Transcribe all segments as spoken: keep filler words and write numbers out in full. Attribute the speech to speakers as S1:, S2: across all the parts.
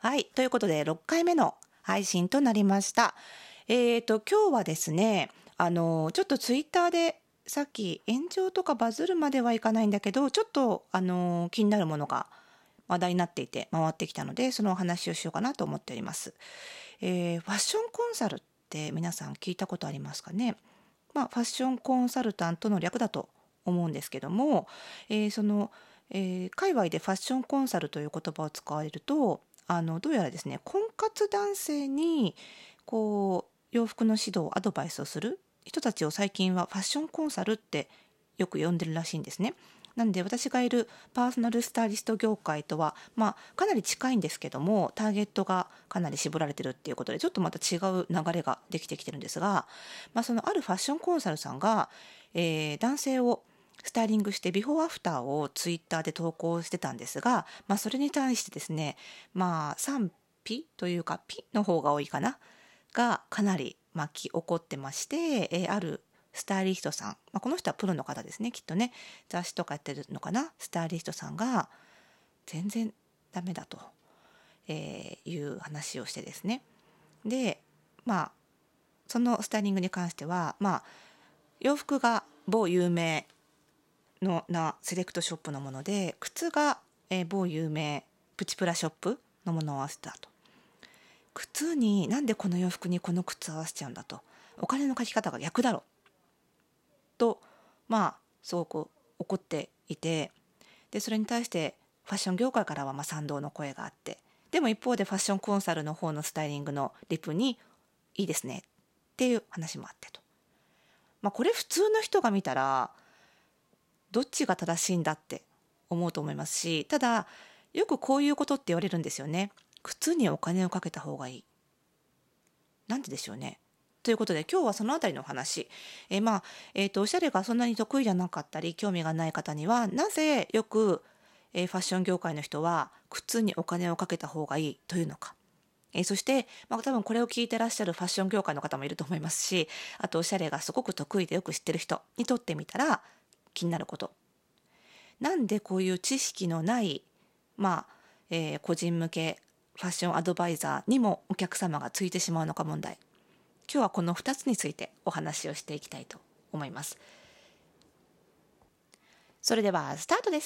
S1: はい、ということでろっかいめの配信となりました。えーと今日はですね、あのちょっとツイッターでさっき炎上とかバズるまではいかないんだけど、ちょっとあの気になるものが話題になっていて回ってきたので、そのお話をしようかなと思っております。えーファッションコンサルって皆さん聞いたことありますかね。まあ、ファッションコンサルタントの略だと思うんですけども、えーその、えー界隈でファッションコンサルという言葉を使われると、あのどうやらですね、婚活男性にこう洋服の指導アドバイスをする人たちを最近はファッションコンサルってよく呼んでるらしいんですね。なんで私がいるパーソナルスタイリスト業界とは、まあ、かなり近いんですけども、ターゲットがかなり絞られてるっていうことで、ちょっとまた違う流れができてきてるんですが、まあ、そのあるファッションコンサルさんが、えー男性をスタイリングしてビフォーアフターをツイッターで投稿してたんですが、まあ、それに対してですね、まあ、賛否というかピの方が多いかながかなり巻き起こってまして、えーあるスタイリストさん、まあ、この人はプロの方ですね、きっとね、雑誌とかやってるのかな、スタイリストさんが全然ダメだと、えーいう話をしてですね。で、まあそのスタイリングに関しては、まあ洋服が某有名のなセレクトショップのもので、靴が、えー某有名プチプラショップのものを合わせたと。靴になんでこの洋服にこの靴合わせちゃうんだと、お金のかけ方が逆だろと、まあすごく怒っていて、でそれに対してファッション業界からはまあ賛同の声があって、でも一方でファッションコンサルの方のスタイリングのリプにいいですねっていう話もあってと。まあこれ普通の人が見たらどっちが正しいんだって思うと思いますし、ただよくこういうことって言われるんですよね。靴にお金をかけた方がいい。なんででしょうね。ということで今日はそのあたりのお話、えーまあえー、とおしゃれがそんなに得意じゃなかったり興味がない方には、なぜよく、えーファッション業界の人は靴にお金をかけた方がいいというのか、えーそして、まあ、多分これを聞いてらっしゃるファッション業界の方もいると思いますし、あとおしゃれがすごく得意でよく知ってる人にとってみたら気になること、なんでこういう知識のない、まあえー個人向けファッションアドバイザーにもお客様がついてしまうのか問題、今日はこのふたつについてお話をしていきたいと思います。それではスタートです。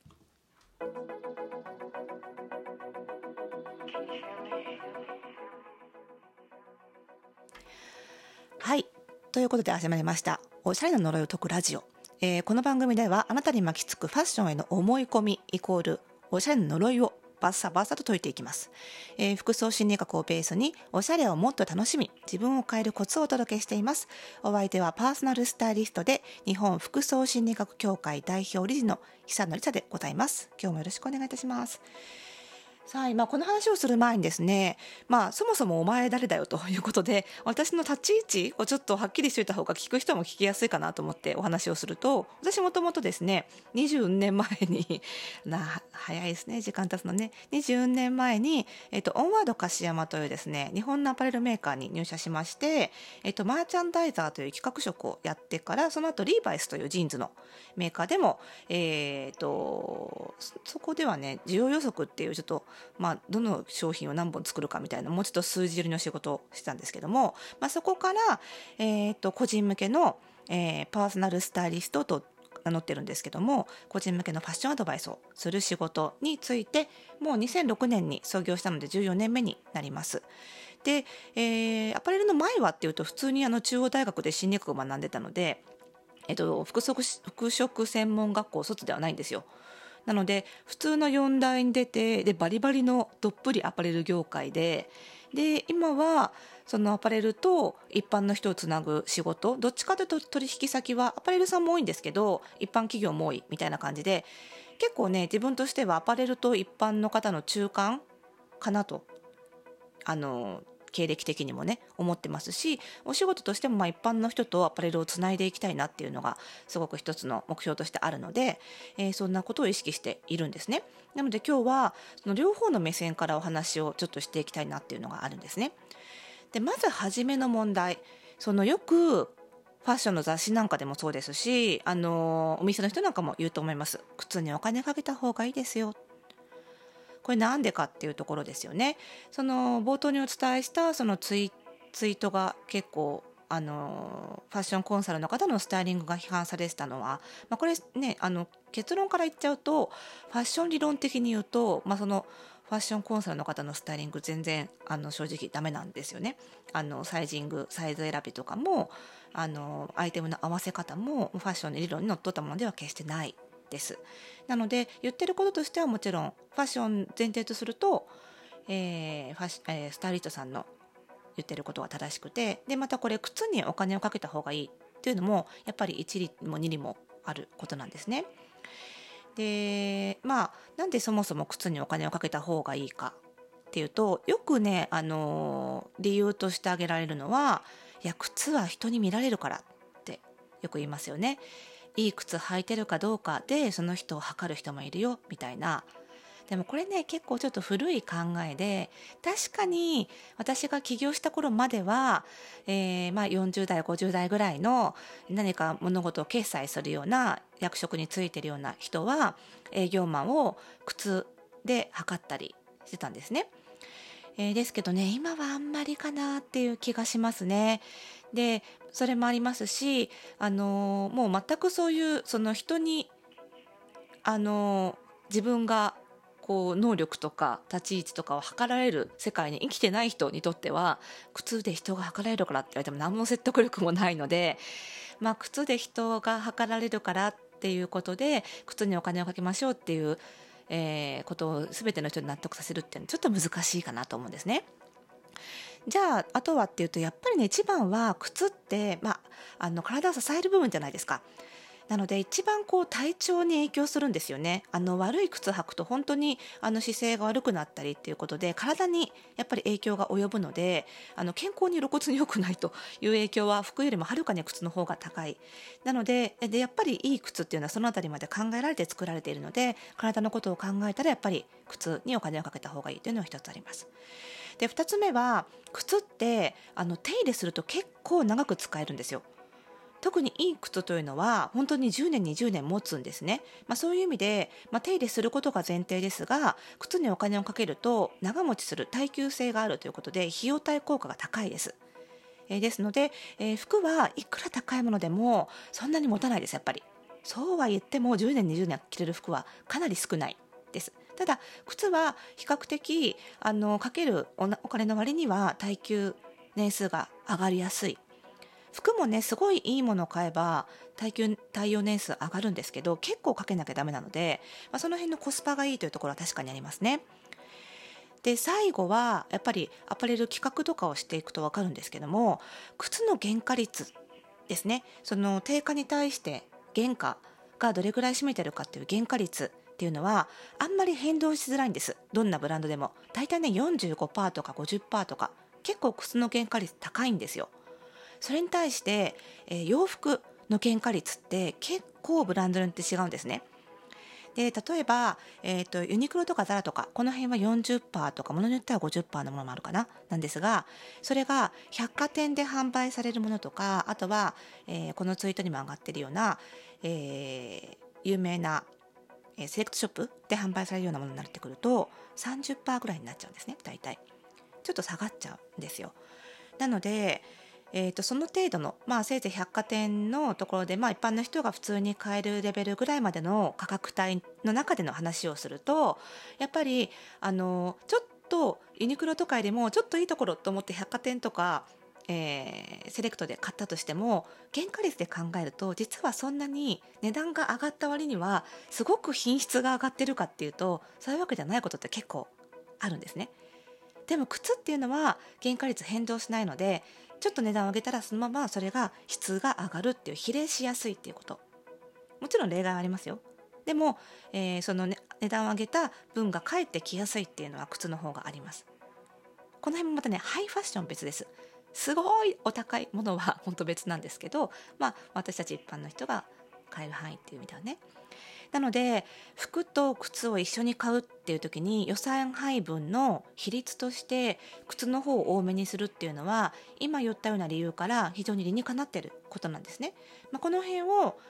S1: はい、ということで始まりましたおしゃれの呪いを解くラジオ、えーこの番組ではあなたに巻きつくファッションへの思い込みイコールおしゃれの呪いをバッサバッサと解いていきます。えー服装心理学をベースにおしゃれをもっと楽しみ自分を変えるコツをお届けしています。お相手はパーソナルスタイリストで日本服装心理学協会代表理事の久野理沙でございます。今日もよろしくお願いいたします。さあ今この話をする前にですね、まあそもそもお前誰だよということで、私の立ち位置をちょっとはっきりしておいた方が聞く人も聞きやすいかなと思ってお話をすると、私もともとですねにじゅうねんまえにな早いですね、時間経つのね、にじゅうねんまえに、えっと、オンワード樫山というですね日本のアパレルメーカーに入社しまして、えっと、マーチャンダイザーという企画職をやってから、その後リーバイスというジーンズのメーカーでも、えー、とそそこではね需要予測っていうちょっと、まあ、どの商品を何本作るかみたいなもうちょっと数字寄りの仕事をしてたんですけども、まあ、そこから、えー、と個人向けの、えーパーソナルスタイリストと名乗ってるんですけども、個人向けのファッションアドバイスをする仕事についてもうにせんろくねんに創業したのでじゅうよねんめになります。で、えーアパレルの前はっていうと普通にあの中央大学で心理学を学んでたので、えっと、服飾服飾専門学校卒ではないんですよ。なので普通のよん大に出て、でバリバリのどっぷりアパレル業界で、で今はそのアパレルと一般の人をつなぐ仕事、どっちかというと取引先はアパレルさんも多いんですけど一般企業も多いみたいな感じで、結構ね自分としてはアパレルと一般の方の中間かなと、あの経歴的にもね思ってますし、お仕事としてもまあ一般の人とアパレルをつないでいきたいなっていうのがすごく一つの目標としてあるので、えーそんなことを意識しているんですね。なので今日はその両方の目線からお話をちょっとしていきたいなっていうのがあるんですね。でまず初めの問題、そのよくファッションの雑誌なんかでもそうですし、あのお店の人なんかも言うと思います。靴にお金かけた方がいいですよ。 これなんでかっていうところですよね。その冒頭にお伝えしたそのツイ、ツイートが結構あのファッションコンサルの方のスタイリングが批判されてたのは、まあ、これねあの結論から言っちゃうとファッション理論的に言うと、まあ、そのファッションコンサルの方のスタイリング全然あの正直ダメなんですよね。あのサイジングサイズ選びとかもあのアイテムの合わせ方もファッションの理論にのっとったものでは決してないです。なので言ってることとしてはもちろんファッション前提とすると、えーファッシえースタイリストさんの言ってることが正しくて、でまたこれ靴にお金をかけた方がいいっていうのもやっぱりいち理もに理もあることなんですね。でまあなんでそもそも靴にお金をかけた方がいいかっていうと、よくねあの理由として挙げられるのは、いや靴は人に見られるからってよく言いますよね。いい靴履いてるかどうかでその人を測る人もいるよみたいな。でもこれね結構ちょっと古い考えで、確かに私が起業した頃までは、えーまあ、よんじゅう代ごじゅう代ぐらいの何か物事を決済するような役職についてるような人は営業マンを靴で測ったりしてたんですね。えーですけどね今はあんまりかなっていう気がしますね。でそれもありますし、あのーもう全くそういうその人に、あのー自分がこう能力とか立ち位置とかを測られる世界に生きてない人にとっては、靴で人が測られるからって言われても何も説得力もないので、まあ、靴で人が測られるからっていうことで靴にお金をかけましょうっていう、えーことを全ての人に納得させるっていうのはちょっと難しいかなと思うんですね。じゃああとはっていうと、やっぱりね一番は靴って、まあ、あの体を支える部分じゃないですか。なので一番こう体調に影響するんですよね。あの悪い靴履くと本当にあの姿勢が悪くなったりっていうことで体にやっぱり影響が及ぶので、あの健康に露骨に良くないという影響は服よりもはるかに靴の方が高い。なので、でやっぱりいい靴っていうのはそのあたりまで考えられて作られているので、体のことを考えたらやっぱり靴にお金をかけた方がいいというのが一つあります。でふたつめは、靴ってあの手入れすると結構長く使えるんですよ。特にいい靴というのは本当にじゅうねんにじゅうねん持つんですね。まあ、そういう意味で、まあ、手入れすることが前提ですが、靴にお金をかけると長持ちする耐久性があるということで費用対効果が高いです。えーですので、えー服はいくら高いものでもそんなに持たないです。やっぱりそうは言ってもじゅうねんにじゅうねん着れる服はかなり少ないです。ただ靴は比較的あのかけるおなお金の割には耐久年数が上がりやすい。服もねすごいいいものを買えば耐久耐用年数上がるんですけど、結構かけなきゃダメなので、まあ、その辺のコスパがいいというところは確かにありますね。で最後はやっぱりアパレル企画とかをしていくと分かるんですけども、靴の原価率ですね。その定価に対して原価がどれぐらい占めてるかっていう原価率っていうのはあんまり変動しづらいんです。どんなブランドでも大体ね よんじゅうごパーセント とか ごじゅっパーセント とか結構靴の原価率高いんですよ。それに対して、えー洋服の原価率って結構ブランドによって違うんですね。で例えば、えーと、ユニクロとかザラとかこの辺は よんじゅっパーセント とかものによっては ごじゅっパーセント のものもあるかななんですが、それが百貨店で販売されるものとか、あとは、えーこのツイートにも上がっているような、えー有名なえーセレクトショップで販売されるようなものになってくると さんじゅっパーセント ぐらいになっちゃうんですね。大体ちょっと下がっちゃうんですよ。なのでえー、とその程度の、まあ、せいぜい百貨店のところで、まあ、一般の人が普通に買えるレベルぐらいまでの価格帯の中での話をすると、やっぱりあのちょっとユニクロとかよりもちょっといいところと思って百貨店とか、えーセレクトで買ったとしても原価率で考えると実はそんなに値段が上がった割にはすごく品質が上がってるかっていうとそういうわけじゃないことって結構あるんですね。でも靴っていうのは原価率変動しないので、ちょっと値段を上げたらそのままそれが質が上がるっていう、比例しやすいっていうこと、もちろん例外はありますよ。でも、えーその、ね、値段を上げた分が返ってきやすいっていうのは靴の方があります。この辺もまたねハイファッション別です。すごいお高いものは本当別なんですけど、まあ、私たち一般の人が買える範囲っていう意味ではね。なので服と靴を一緒に買うっていう時に予算配分の比率として靴の方を多めにするっていうのは今言ったような理由から非常に理にかなっていることなんですね。まあ、この辺を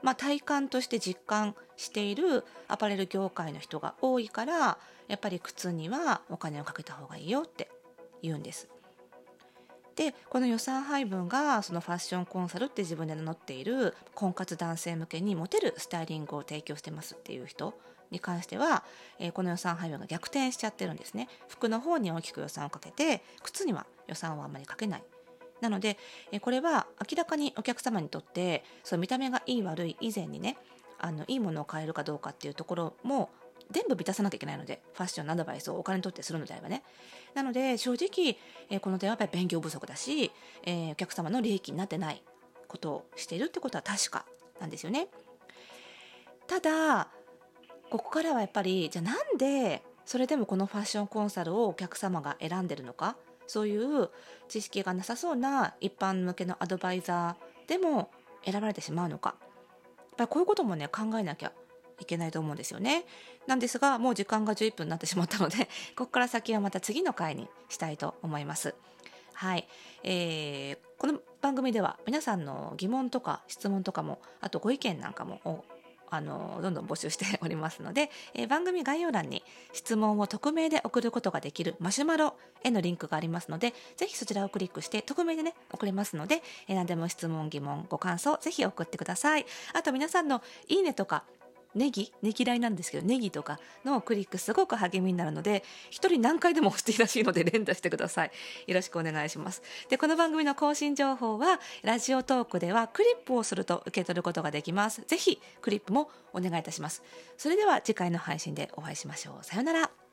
S1: まあ、体感として実感しているアパレル業界の人が多いから、やっぱり靴にはお金をかけた方がいいよって言うんです。でこの予算配分がそのファッションコンサルって自分で名乗っている婚活男性向けにモテるスタイリングを提供してますっていう人に関しては、えー、この予算配分が逆転しちゃってるんですね。服の方に大きく予算をかけて、靴には予算をあんまりかけない。なので、えー、これは明らかにお客様にとってその見た目がいい悪い以前にね、あのいいものを買えるかどうかっていうところも全部満たさなきゃいけないので、ファッションのアドバイスをお金にとってするのであればね。なので正直、えー、この点はやっぱり勉強不足だし、えー、お客様の利益になってないことをしているってことは確かなんですよね。ただここからはやっぱり、じゃあなんでそれでもこのファッションコンサルをお客様が選んでるのか、そういう知識がなさそうな一般向けのアドバイザーでも選ばれてしまうのか、やっぱりこういうこともね考えなきゃいけないと思うんですよね。なんですが、もう時間がじゅういっぷんになってしまったのでここから先はまた次の回にしたいと思います。はい、えー、この番組では皆さんの疑問とか質問とかも、あとご意見なんかもあのどんどん募集しておりますので、えー、番組概要欄に質問を匿名で送ることができるマシュマロへのリンクがありますので、ぜひそちらをクリックして匿名でね送れますので、えー、何でも質問疑問ご感想ぜひ送ってください。あと皆さんのいいねとかネギネギ嫌いなんですけど、ネギとかのクリックすごく励みになるので、一人何回でも押していいらしいので連打してください。よろしくお願いします。でこの番組の更新情報はラジオトークではクリップをすると受け取ることができます。ぜひクリップもお願いいたします。それでは次回の配信でお会いしましょう。さようなら。